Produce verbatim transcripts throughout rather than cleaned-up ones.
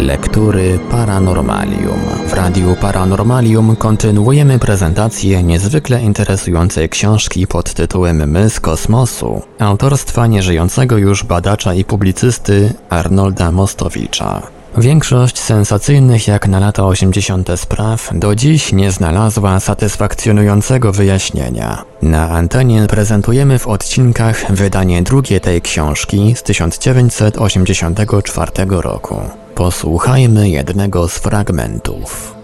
Lektury Paranormalium. W Radiu Paranormalium kontynuujemy prezentację niezwykle interesującej książki pod tytułem My z kosmosu, autorstwa nieżyjącego już badacza i publicysty Arnolda Mostowicza. Większość sensacyjnych jak na lata osiemdziesiąte spraw do dziś nie znalazła satysfakcjonującego wyjaśnienia. Na antenie prezentujemy w odcinkach wydanie drugie tej książki z tysiąc dziewięćset osiemdziesiątego czwartego roku. Posłuchajmy jednego z fragmentów.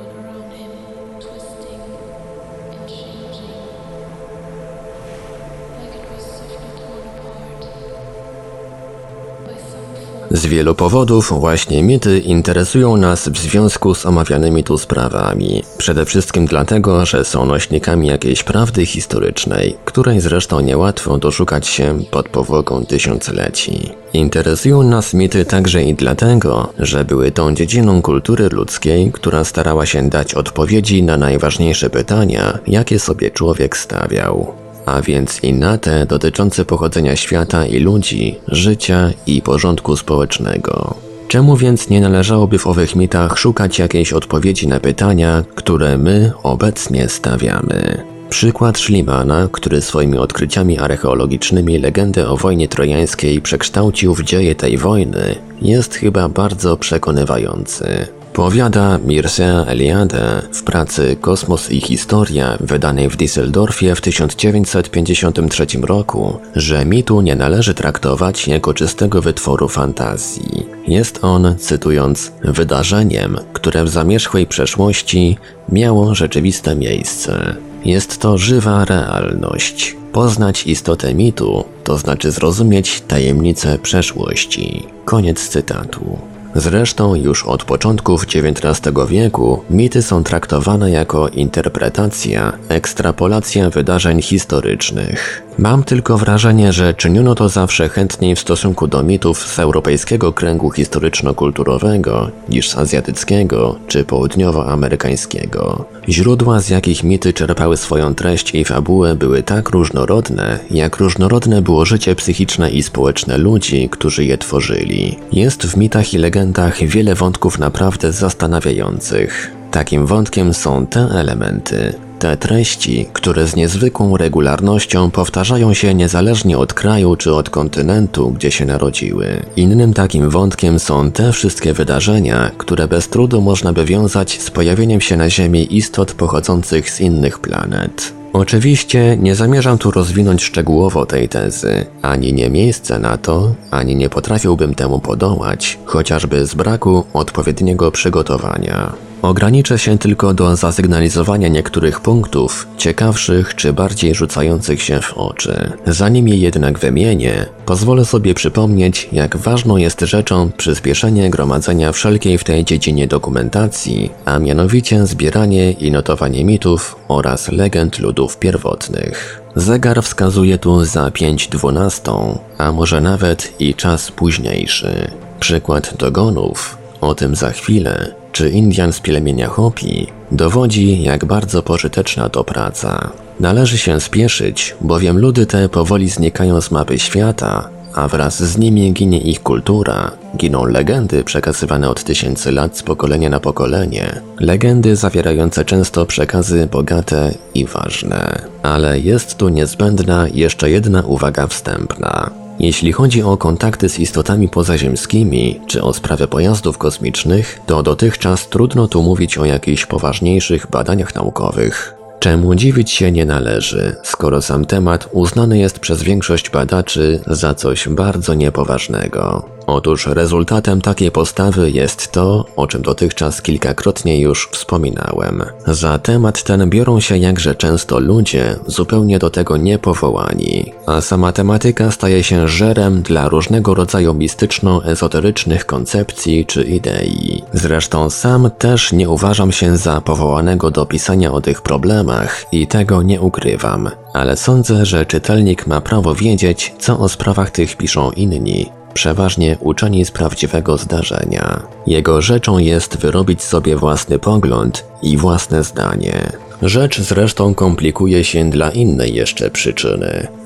Z wielu powodów właśnie mity interesują nas w związku z omawianymi tu sprawami. Przede wszystkim dlatego, że są nośnikami jakiejś prawdy historycznej, której zresztą niełatwo doszukać się pod powłoką tysiącleci. Interesują nas mity także i dlatego, że były tą dziedziną kultury ludzkiej, która starała się dać odpowiedzi na najważniejsze pytania, jakie sobie człowiek stawiał. A więc i na te dotyczące pochodzenia świata i ludzi, życia i porządku społecznego. Czemu więc nie należałoby w owych mitach szukać jakiejś odpowiedzi na pytania, które my obecnie stawiamy? Przykład Schliemana, który swoimi odkryciami archeologicznymi legendę o wojnie trojańskiej przekształcił w dzieje tej wojny, jest chyba bardzo przekonywający. Powiada Mircea Eliade w pracy Kosmos i historia wydanej w Düsseldorfie w tysiąc dziewięćset pięćdziesiątym trzecim roku, że mitu nie należy traktować jako czystego wytworu fantazji. Jest on, cytując, wydarzeniem, które w zamierzchłej przeszłości miało rzeczywiste miejsce. Jest to żywa realność. Poznać istotę mitu, to znaczy zrozumieć tajemnicę przeszłości. Koniec cytatu. Zresztą już od początków dziewiętnastego wieku mity są traktowane jako interpretacja, ekstrapolacja wydarzeń historycznych. Mam tylko wrażenie, że czyniono to zawsze chętniej w stosunku do mitów z europejskiego kręgu historyczno-kulturowego niż z azjatyckiego czy południowoamerykańskiego. Źródła, z jakich mity czerpały swoją treść i fabułę, były tak różnorodne, jak różnorodne było życie psychiczne i społeczne ludzi, którzy je tworzyli. Jest w mitach i legendach wiele wątków naprawdę zastanawiających. Takim wątkiem są te elementy, te treści, które z niezwykłą regularnością powtarzają się niezależnie od kraju czy od kontynentu, gdzie się narodziły. Innym takim wątkiem są te wszystkie wydarzenia, które bez trudu można by wiązać z pojawieniem się na Ziemi istot pochodzących z innych planet. Oczywiście nie zamierzam tu rozwinąć szczegółowo tej tezy, ani nie miejsce na to, ani nie potrafiłbym temu podołać, chociażby z braku odpowiedniego przygotowania. Ograniczę się tylko do zasygnalizowania niektórych punktów, ciekawszych czy bardziej rzucających się w oczy. Zanim je jednak wymienię, pozwolę sobie przypomnieć, jak ważną jest rzeczą przyspieszenie gromadzenia wszelkiej w tej dziedzinie dokumentacji, a mianowicie zbieranie i notowanie mitów oraz legend ludów pierwotnych. Zegar wskazuje tu za pięć dwunastą, a może nawet i czas późniejszy. Przykład Dogonów, o tym za chwilę, czy Indian z plemienia Hopi, dowodzi, jak bardzo pożyteczna to praca. Należy się spieszyć, bowiem ludy te powoli znikają z mapy świata, a wraz z nimi ginie ich kultura, giną legendy przekazywane od tysięcy lat z pokolenia na pokolenie, legendy zawierające często przekazy bogate i ważne. Ale jest tu niezbędna jeszcze jedna uwaga wstępna. Jeśli chodzi o kontakty z istotami pozaziemskimi, czy o sprawę pojazdów kosmicznych, to dotychczas trudno tu mówić o jakichś poważniejszych badaniach naukowych. Czemu dziwić się nie należy, skoro sam temat uznany jest przez większość badaczy za coś bardzo niepoważnego. Otóż rezultatem takiej postawy jest to, o czym dotychczas kilkakrotnie już wspominałem. Za temat ten biorą się jakże często ludzie zupełnie do tego niepowołani, a sama tematyka staje się żerem dla różnego rodzaju mistyczno-ezoterycznych koncepcji czy idei. Zresztą sam też nie uważam się za powołanego do pisania o tych problemach i tego nie ukrywam, ale sądzę, że czytelnik ma prawo wiedzieć, co o sprawach tych piszą inni, przeważnie uczeni z prawdziwego zdarzenia. Jego rzeczą jest wyrobić sobie własny pogląd i własne zdanie. Rzecz zresztą komplikuje się dla innej jeszcze przyczyny.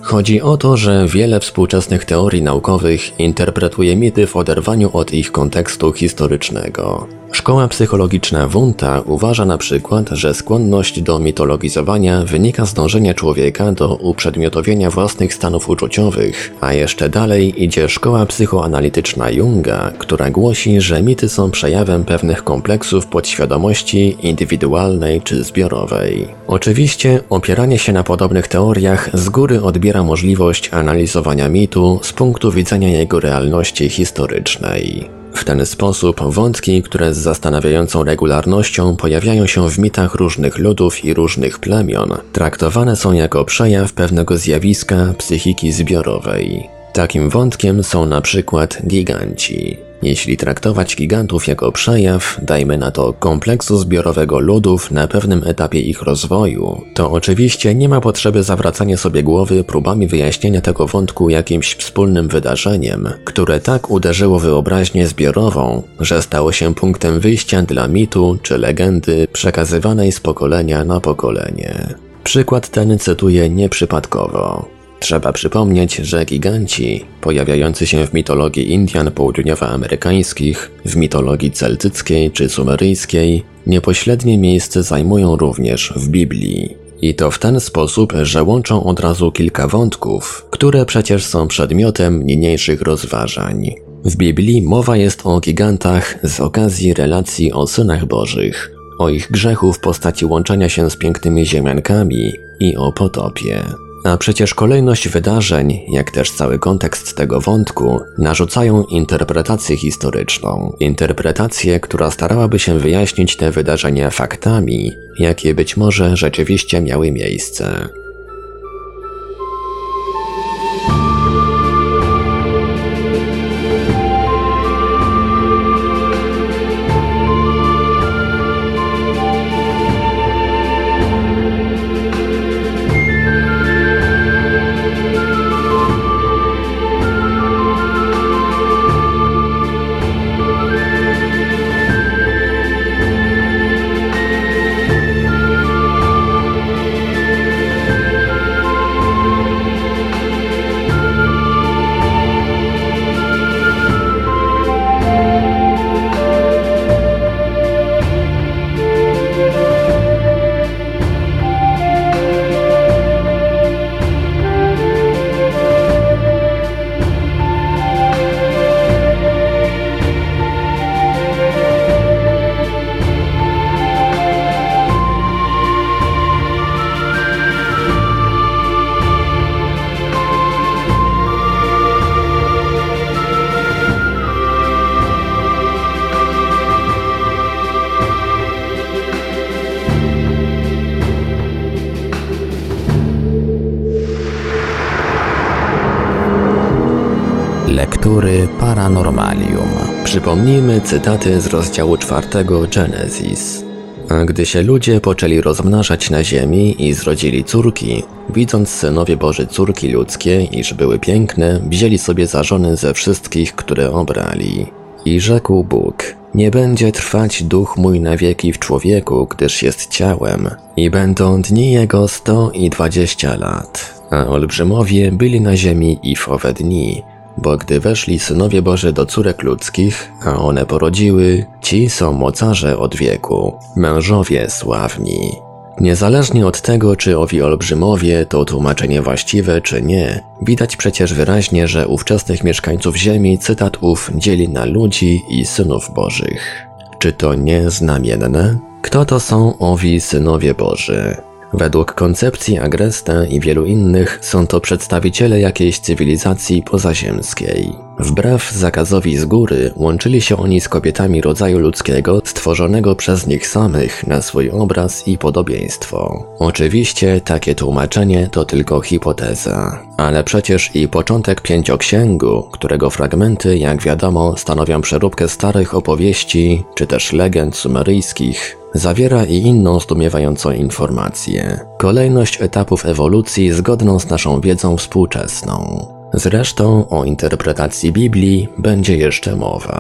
Chodzi o to, że wiele współczesnych teorii naukowych interpretuje mity w oderwaniu od ich kontekstu historycznego. Szkoła psychologiczna Wundta uważa na przykład, że skłonność do mitologizowania wynika z dążenia człowieka do uprzedmiotowienia własnych stanów uczuciowych, a jeszcze dalej idzie szkoła psychoanalityczna Junga, która głosi, że mity są przejawem pewnych kompleksów podświadomości indywidualnej czy zbiorowej. Oczywiście opieranie się na podobnych teoriach z góry odbiera możliwość analizowania mitu z punktu widzenia jego realności historycznej. W ten sposób wątki, które z zastanawiającą regularnością pojawiają się w mitach różnych ludów i różnych plemion, traktowane są jako przejaw pewnego zjawiska psychiki zbiorowej. Takim wątkiem są na przykład giganci. Jeśli traktować gigantów jako przejaw, dajmy na to, kompleksu zbiorowego ludów na pewnym etapie ich rozwoju, to oczywiście nie ma potrzeby zawracania sobie głowy próbami wyjaśnienia tego wątku jakimś wspólnym wydarzeniem, które tak uderzyło wyobraźnię zbiorową, że stało się punktem wyjścia dla mitu czy legendy przekazywanej z pokolenia na pokolenie. Przykład ten cytuję nieprzypadkowo. Trzeba przypomnieć, że giganci, pojawiający się w mitologii Indian południowoamerykańskich, w mitologii celtyckiej czy sumeryjskiej, niepośrednie miejsce zajmują również w Biblii. I to w ten sposób, że łączą od razu kilka wątków, które przecież są przedmiotem niniejszych rozważań. W Biblii mowa jest o gigantach z okazji relacji o synach bożych, o ich grzechu w postaci łączenia się z pięknymi ziemiankami i o potopie. A przecież kolejność wydarzeń, jak też cały kontekst tego wątku, narzucają interpretację historyczną. Interpretację, która starałaby się wyjaśnić te wydarzenia faktami, jakie być może rzeczywiście miały miejsce. Lektury Paranormalium. Przypomnijmy cytaty z rozdziału czwartego Genesis. A gdy się ludzie poczęli rozmnażać na ziemi i zrodzili córki, widząc synowie Boży córki ludzkie, iż były piękne, wzięli sobie za żony ze wszystkich, które obrali. I rzekł Bóg: nie będzie trwać duch mój na wieki w człowieku, gdyż jest ciałem, i będą dni jego sto i dwadzieścia lat. A olbrzymowie byli na ziemi i w owe dni, bo gdy weszli synowie Boży do córek ludzkich, a one porodziły, ci są mocarze od wieku, mężowie sławni. Niezależnie od tego, czy owi olbrzymowie to tłumaczenie właściwe, czy nie, widać przecież wyraźnie, że ówczesnych mieszkańców ziemi cytat ów dzieli na ludzi i synów Bożych. Czy to nie znamienne? Kto to są owi synowie Boży? Według koncepcji Agresta i wielu innych są to przedstawiciele jakiejś cywilizacji pozaziemskiej. Wbrew zakazowi z góry łączyli się oni z kobietami rodzaju ludzkiego stworzonego przez nich samych na swój obraz i podobieństwo. Oczywiście takie tłumaczenie to tylko hipoteza, ale przecież i początek Pięcioksięgu, którego fragmenty, jak wiadomo, stanowią przeróbkę starych opowieści czy też legend sumeryjskich, zawiera i inną zdumiewającą informację. Kolejność etapów ewolucji zgodną z naszą wiedzą współczesną. Zresztą o interpretacji Biblii będzie jeszcze mowa.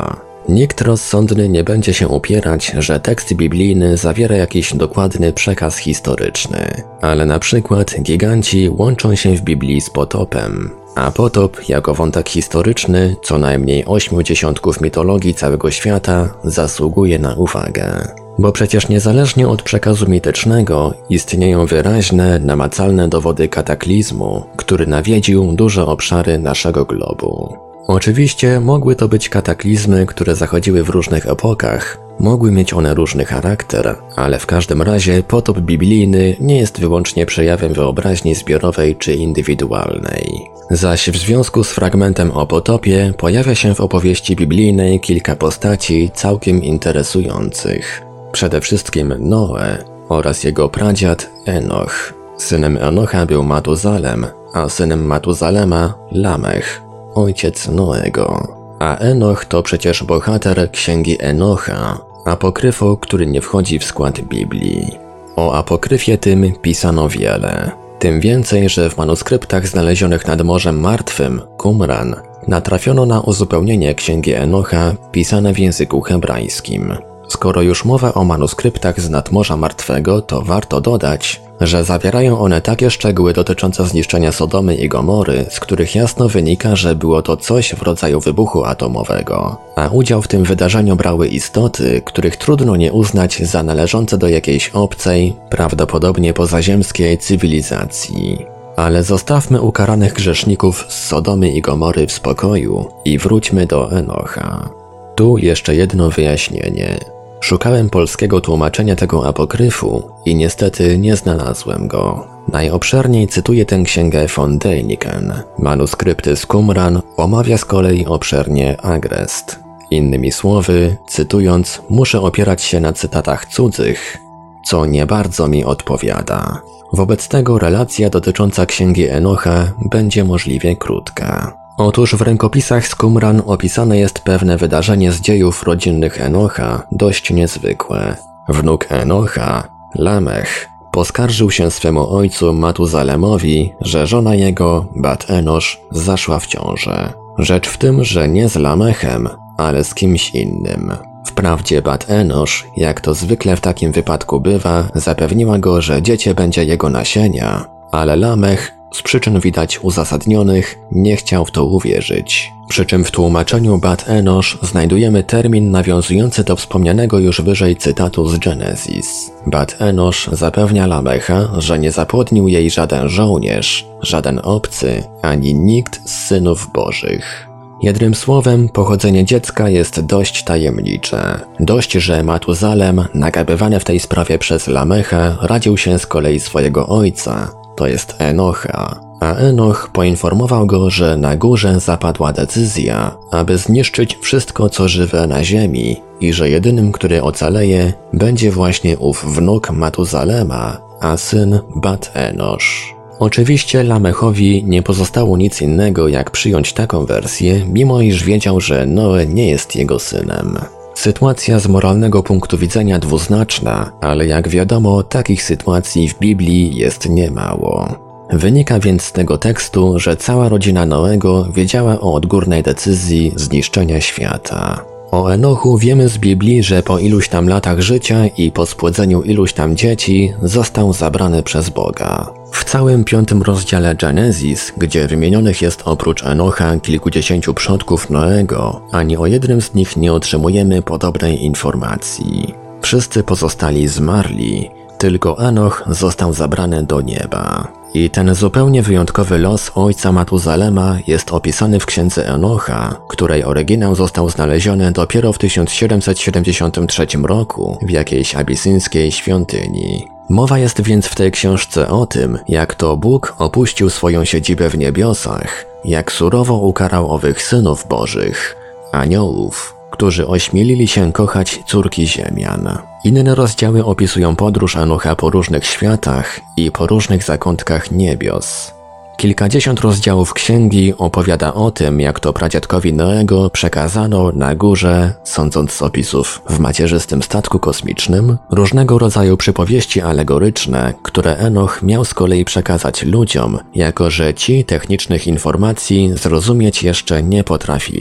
Nikt rozsądny nie będzie się upierać, że tekst biblijny zawiera jakiś dokładny przekaz historyczny, ale na przykład giganci łączą się w Biblii z potopem, a potop jako wątek historyczny co najmniej ośmiu dziesiątków mitologii całego świata zasługuje na uwagę. Bo przecież niezależnie od przekazu mitycznego istnieją wyraźne, namacalne dowody kataklizmu, który nawiedził duże obszary naszego globu. Oczywiście mogły to być kataklizmy, które zachodziły w różnych epokach, mogły mieć one różny charakter, ale w każdym razie potop biblijny nie jest wyłącznie przejawem wyobraźni zbiorowej czy indywidualnej. Zaś w związku z fragmentem o potopie pojawia się w opowieści biblijnej kilka postaci całkiem interesujących. Przede wszystkim Noe oraz jego pradziad Enoch. Synem Enocha był Matuzalem, a synem Matuzalema Lamech, ojciec Noego. A Enoch to przecież bohater księgi Enocha, apokryfu, który nie wchodzi w skład Biblii. O apokryfie tym pisano wiele. Tym więcej, że w manuskryptach znalezionych nad Morzem Martwym, Qumran, natrafiono na uzupełnienie księgi Enocha pisane w języku hebrajskim. Skoro już mowa o manuskryptach z nadmorza martwego, to warto dodać, że zawierają one takie szczegóły dotyczące zniszczenia Sodomy i Gomory, z których jasno wynika, że było to coś w rodzaju wybuchu atomowego, a udział w tym wydarzeniu brały istoty, których trudno nie uznać za należące do jakiejś obcej, prawdopodobnie pozaziemskiej cywilizacji. Ale zostawmy ukaranych grzeszników z Sodomy i Gomory w spokoju i wróćmy do Enocha. Tu jeszcze jedno wyjaśnienie. Szukałem polskiego tłumaczenia tego apokryfu i niestety nie znalazłem go. Najobszerniej cytuję tę księgę von Däniken. Manuskrypty z Qumran omawia z kolei obszernie Agrest. Innymi słowy, cytując, muszę opierać się na cytatach cudzych, co nie bardzo mi odpowiada. Wobec tego relacja dotycząca księgi Enocha będzie możliwie krótka. Otóż w rękopisach z Qumran opisane jest pewne wydarzenie z dziejów rodzinnych Enocha, dość niezwykłe. Wnuk Enocha, Lamech, poskarżył się swemu ojcu Matuzalemowi, że żona jego, Bat Enosz, zaszła w ciążę. Rzecz w tym, że nie z Lamechem, ale z kimś innym. Wprawdzie Bat Enosz, jak to zwykle w takim wypadku bywa, zapewniła go, że dziecię będzie jego nasienia, ale Lamech, z przyczyn widać uzasadnionych, nie chciał w to uwierzyć. Przy czym w tłumaczeniu Bat Enosz znajdujemy termin nawiązujący do wspomnianego już wyżej cytatu z Genesis. Bat Enosz zapewnia Lamecha, że nie zapłodnił jej żaden żołnierz, żaden obcy, ani nikt z synów bożych. Jednym słowem, pochodzenie dziecka jest dość tajemnicze. Dość, że Matuzalem, nagabywany w tej sprawie przez Lamecha, radził się z kolei swojego ojca, to jest Enocha, a Enoch poinformował go, że na górze zapadła decyzja, aby zniszczyć wszystko co żywe na ziemi i że jedynym, który ocaleje, będzie właśnie ów wnuk Matuzalema, a syn Bat Enosz. Oczywiście Lamechowi nie pozostało nic innego jak przyjąć taką wersję, mimo iż wiedział, że Noe nie jest jego synem. Sytuacja z moralnego punktu widzenia dwuznaczna, ale jak wiadomo, takich sytuacji w Biblii jest niemało. Wynika więc z tego tekstu, że cała rodzina Noego wiedziała o odgórnej decyzji zniszczenia świata. O Enochu wiemy z Biblii, że po iluś tam latach życia i po spłodzeniu iluś tam dzieci został zabrany przez Boga. W całym piątym rozdziale Genesis, gdzie wymienionych jest oprócz Enocha kilkudziesięciu przodków Noego, ani o jednym z nich nie otrzymujemy podobnej informacji. Wszyscy pozostali zmarli, tylko Enoch został zabrany do nieba. I ten zupełnie wyjątkowy los ojca Matuzalema jest opisany w księdze Enocha, której oryginał został znaleziony dopiero w tysiąc siedemset siedemdziesiątym trzecim roku w jakiejś abisyńskiej świątyni. Mowa jest więc w tej książce o tym, jak to Bóg opuścił swoją siedzibę w niebiosach, jak surowo ukarał owych synów bożych, aniołów, którzy ośmielili się kochać córki ziemian. Inne rozdziały opisują podróż Enocha po różnych światach i po różnych zakątkach niebios. Kilkadziesiąt rozdziałów księgi opowiada o tym, jak to pradziadkowi Noego przekazano na górze, sądząc z opisów w macierzystym statku kosmicznym, różnego rodzaju przypowieści alegoryczne, które Enoch miał z kolei przekazać ludziom, jako że ci technicznych informacji zrozumieć jeszcze nie potrafili.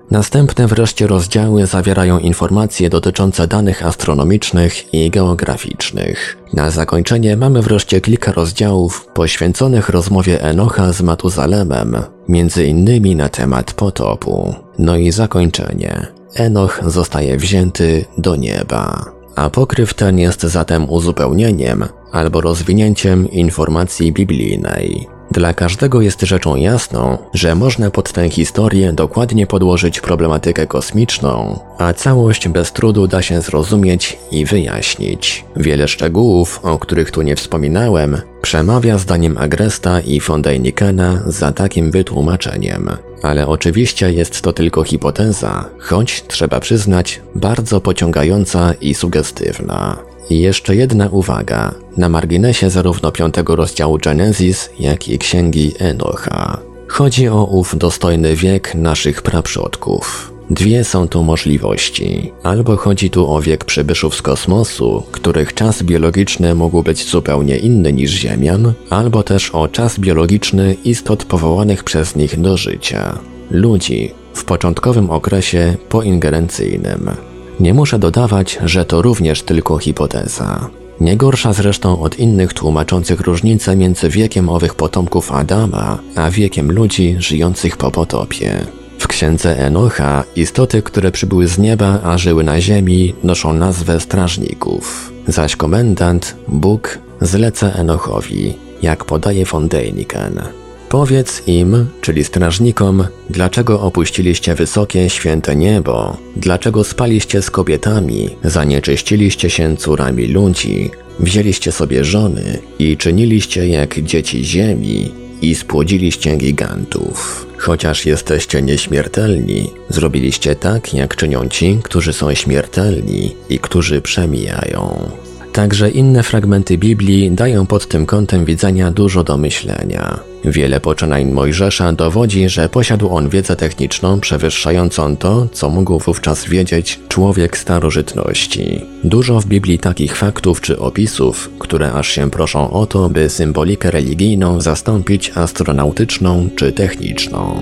Następne wreszcie rozdziały zawierają informacje dotyczące danych astronomicznych i geograficznych. Na zakończenie mamy wreszcie kilka rozdziałów poświęconych rozmowie Enocha z Matuzalemem, między innymi na temat potopu. No i zakończenie. Enoch zostaje wzięty do nieba. Apokryf ten jest zatem uzupełnieniem albo rozwinięciem informacji biblijnej. Dla każdego jest rzeczą jasną, że można pod tę historię dokładnie podłożyć problematykę kosmiczną, a całość bez trudu da się zrozumieć i wyjaśnić. Wiele szczegółów, o których tu nie wspominałem, przemawia zdaniem Agresta i von Dänikena za takim wytłumaczeniem. Ale oczywiście jest to tylko hipoteza, choć trzeba przyznać, bardzo pociągająca i sugestywna. I jeszcze jedna uwaga, na marginesie zarówno piątego rozdziału Genesis, jak i księgi Enocha. Chodzi o ów dostojny wiek naszych praprzodków. Dwie są tu możliwości. Albo chodzi tu o wiek przybyszów z kosmosu, których czas biologiczny mógł być zupełnie inny niż Ziemian, albo też o czas biologiczny istot powołanych przez nich do życia. Ludzi w początkowym okresie poingerencyjnym. Nie muszę dodawać, że to również tylko hipoteza. Nie gorsza zresztą od innych tłumaczących różnicę między wiekiem owych potomków Adama, a wiekiem ludzi żyjących po potopie. W księdze Enocha istoty, które przybyły z nieba, a żyły na ziemi, noszą nazwę strażników. Zaś komendant, Bóg, zleca Enochowi, jak podaje von Däniken. Powiedz im, czyli strażnikom, dlaczego opuściliście wysokie, święte niebo, dlaczego spaliście z kobietami, zanieczyściliście się córami ludzi, wzięliście sobie żony i czyniliście jak dzieci ziemi i spłodziliście gigantów. Chociaż jesteście nieśmiertelni, zrobiliście tak, jak czynią ci, którzy są śmiertelni i którzy przemijają. Także inne fragmenty Biblii dają pod tym kątem widzenia dużo do myślenia. Wiele poczynań Mojżesza dowodzi, że posiadł on wiedzę techniczną przewyższającą to, co mógł wówczas wiedzieć człowiek starożytności. Dużo w Biblii takich faktów czy opisów, które aż się proszą o to, by symbolikę religijną zastąpić astronautyczną czy techniczną.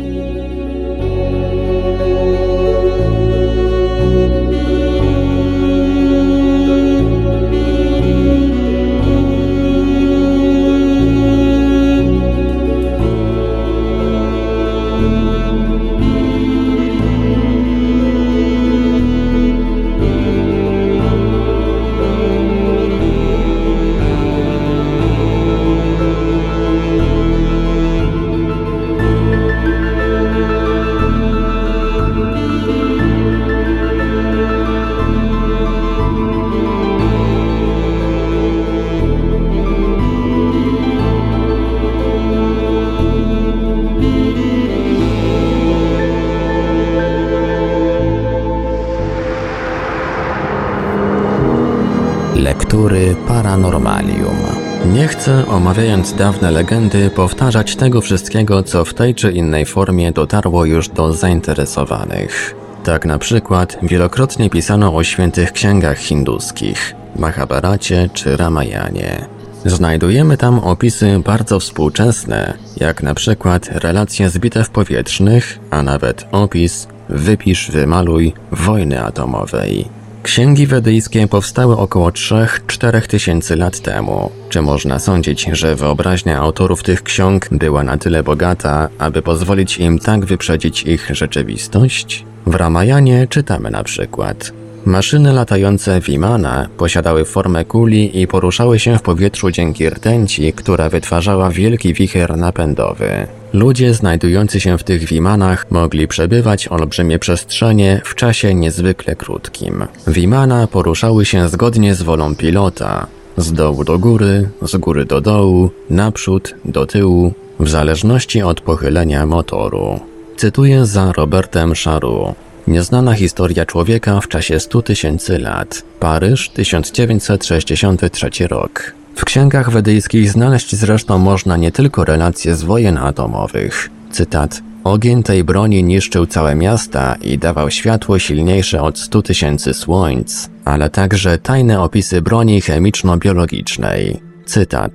Lektury Paranormalium. Nie chcę, omawiając dawne legendy, powtarzać tego wszystkiego, co w tej czy innej formie dotarło już do zainteresowanych. Tak na przykład wielokrotnie pisano o świętych księgach hinduskich, Mahabharacie czy Ramayanie. Znajdujemy tam opisy bardzo współczesne, jak na przykład relacje z bitew powietrznych, a nawet opis wypisz, wymaluj wojny atomowej. Księgi wedyjskie powstały około trzy do czterech tysięcy lat temu. Czy można sądzić, że wyobraźnia autorów tych ksiąg była na tyle bogata, aby pozwolić im tak wyprzedzić ich rzeczywistość? W Ramayanie czytamy na przykład: maszyny latające Vimana posiadały formę kuli i poruszały się w powietrzu dzięki rtęci, która wytwarzała wielki wicher napędowy. Ludzie znajdujący się w tych Vimanach mogli przebywać olbrzymie przestrzenie w czasie niezwykle krótkim. Vimana poruszały się zgodnie z wolą pilota, z dołu do góry, z góry do dołu, naprzód, do tyłu, w zależności od pochylenia motoru. Cytuję za Robertem Charroux. Nieznana historia człowieka w czasie stu tysięcy lat. Paryż, tysiąc dziewięćset sześćdziesiąty trzeci rok. W księgach wedyjskich znaleźć zresztą można nie tylko relacje z wojen atomowych. Cytat: ogień tej broni niszczył całe miasta i dawał światło silniejsze od stu tysięcy słońc, ale także tajne opisy broni chemiczno-biologicznej. Cytat: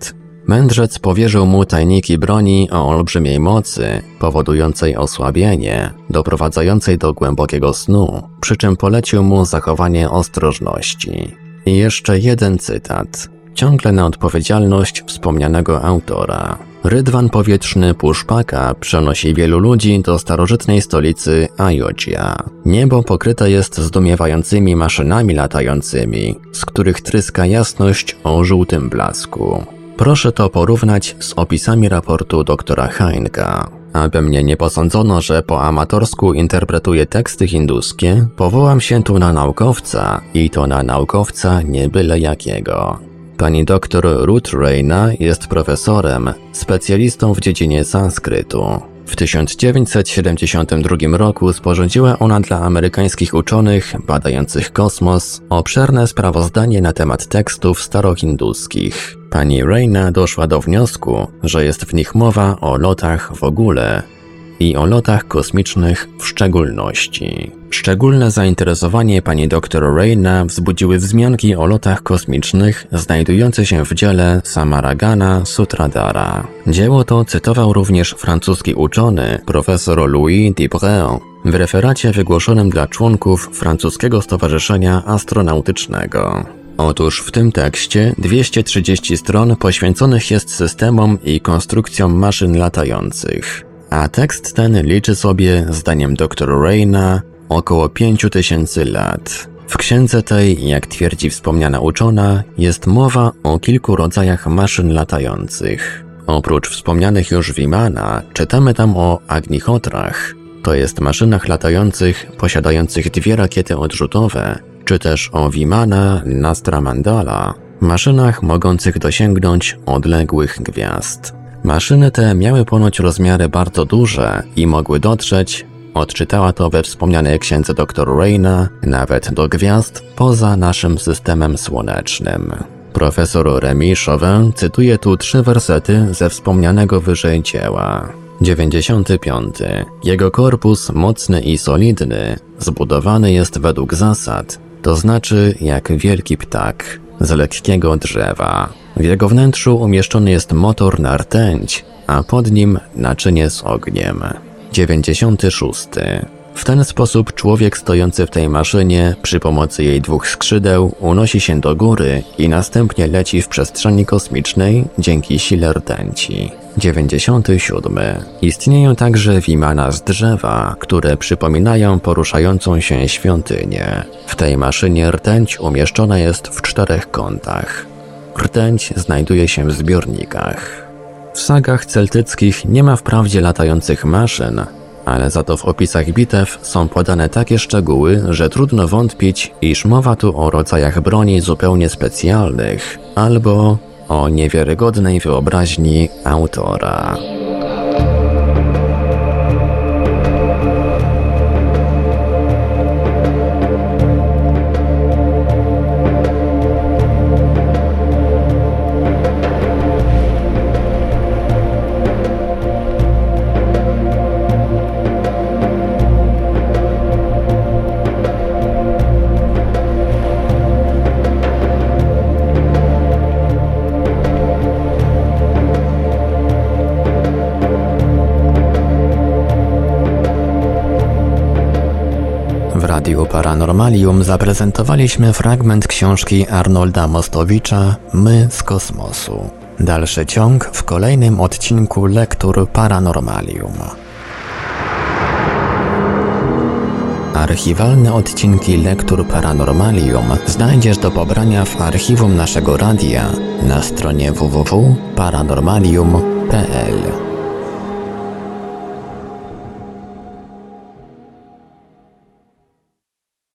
Mędrzec powierzył mu tajniki broni o olbrzymiej mocy, powodującej osłabienie, doprowadzającej do głębokiego snu, przy czym polecił mu zachowanie ostrożności. I jeszcze jeden cytat, ciągle na odpowiedzialność wspomnianego autora. Rydwan powietrzny Puszpaka przenosi wielu ludzi do starożytnej stolicy Ajodżia. Niebo pokryte jest zdumiewającymi maszynami latającymi, z których tryska jasność o żółtym blasku. Proszę to porównać z opisami raportu doktora Heinka. Aby mnie nie posądzono, że po amatorsku interpretuję teksty hinduskie, powołam się tu na naukowca i to na naukowca nie byle jakiego. Pani doktor Ruth Reina jest profesorem, specjalistą w dziedzinie sanskrytu. W tysiąc dziewięćset siedemdziesiątym drugim roku sporządziła ona dla amerykańskich uczonych badających kosmos obszerne sprawozdanie na temat tekstów starohinduskich. Pani Reina doszła do wniosku, że jest w nich mowa o lotach w ogóle i o lotach kosmicznych w szczególności. Szczególne zainteresowanie pani doktor Reina wzbudziły wzmianki o lotach kosmicznych znajdujące się w dziele Samaragana Sutradhara. Dzieło to cytował również francuski uczony profesor Louis Dibreau w referacie wygłoszonym dla członków francuskiego stowarzyszenia astronautycznego. Otóż w tym tekście dwieście trzydzieści stron poświęconych jest systemom i konstrukcjom maszyn latających, a tekst ten liczy sobie, zdaniem doktor Reina, około pięciu tysięcy lat. W księdze tej, jak twierdzi wspomniana uczona, jest mowa o kilku rodzajach maszyn latających. Oprócz wspomnianych już Vimana, czytamy tam o Agnihotrach, to jest maszynach latających posiadających dwie rakiety odrzutowe, czy też o Vimana Nastramandala, maszynach mogących dosięgnąć odległych gwiazd. Maszyny te miały ponoć rozmiary bardzo duże i mogły dotrzeć, odczytała to we wspomnianej księdze doktor Reina, nawet do gwiazd poza naszym systemem słonecznym. Profesor Remy Chauvin cytuje tu trzy wersety ze wspomnianego wyżej dzieła. dziewięćdziesiąty piąty. Jego korpus mocny i solidny, zbudowany jest według zasad, to znaczy jak wielki ptak, z lekkiego drzewa. W jego wnętrzu umieszczony jest motor na rtęć, a pod nim naczynie z ogniem. dziewięćdziesiąty szósty. W ten sposób człowiek stojący w tej maszynie przy pomocy jej dwóch skrzydeł unosi się do góry i następnie leci w przestrzeni kosmicznej dzięki sile rtęci. dziewięćdziesiąty siódmy. Istnieją także Vimana z drzewa, które przypominają poruszającą się świątynię. W tej maszynie rtęć umieszczona jest w czterech kątach. Rtęć znajduje się w zbiornikach. W sagach celtyckich nie ma wprawdzie latających maszyn, ale za to w opisach bitew są podane takie szczegóły, że trudno wątpić, iż mowa tu o rodzajach broni zupełnie specjalnych albo o niewiarygodnej wyobraźni autora. W Radiu Paranormalium zaprezentowaliśmy fragment książki Arnolda Mostowicza My z kosmosu. Dalszy ciąg w kolejnym odcinku Lektur Paranormalium. Archiwalne odcinki Lektur Paranormalium znajdziesz do pobrania w archiwum naszego radia na stronie w w w kropka paranormalium kropka p l.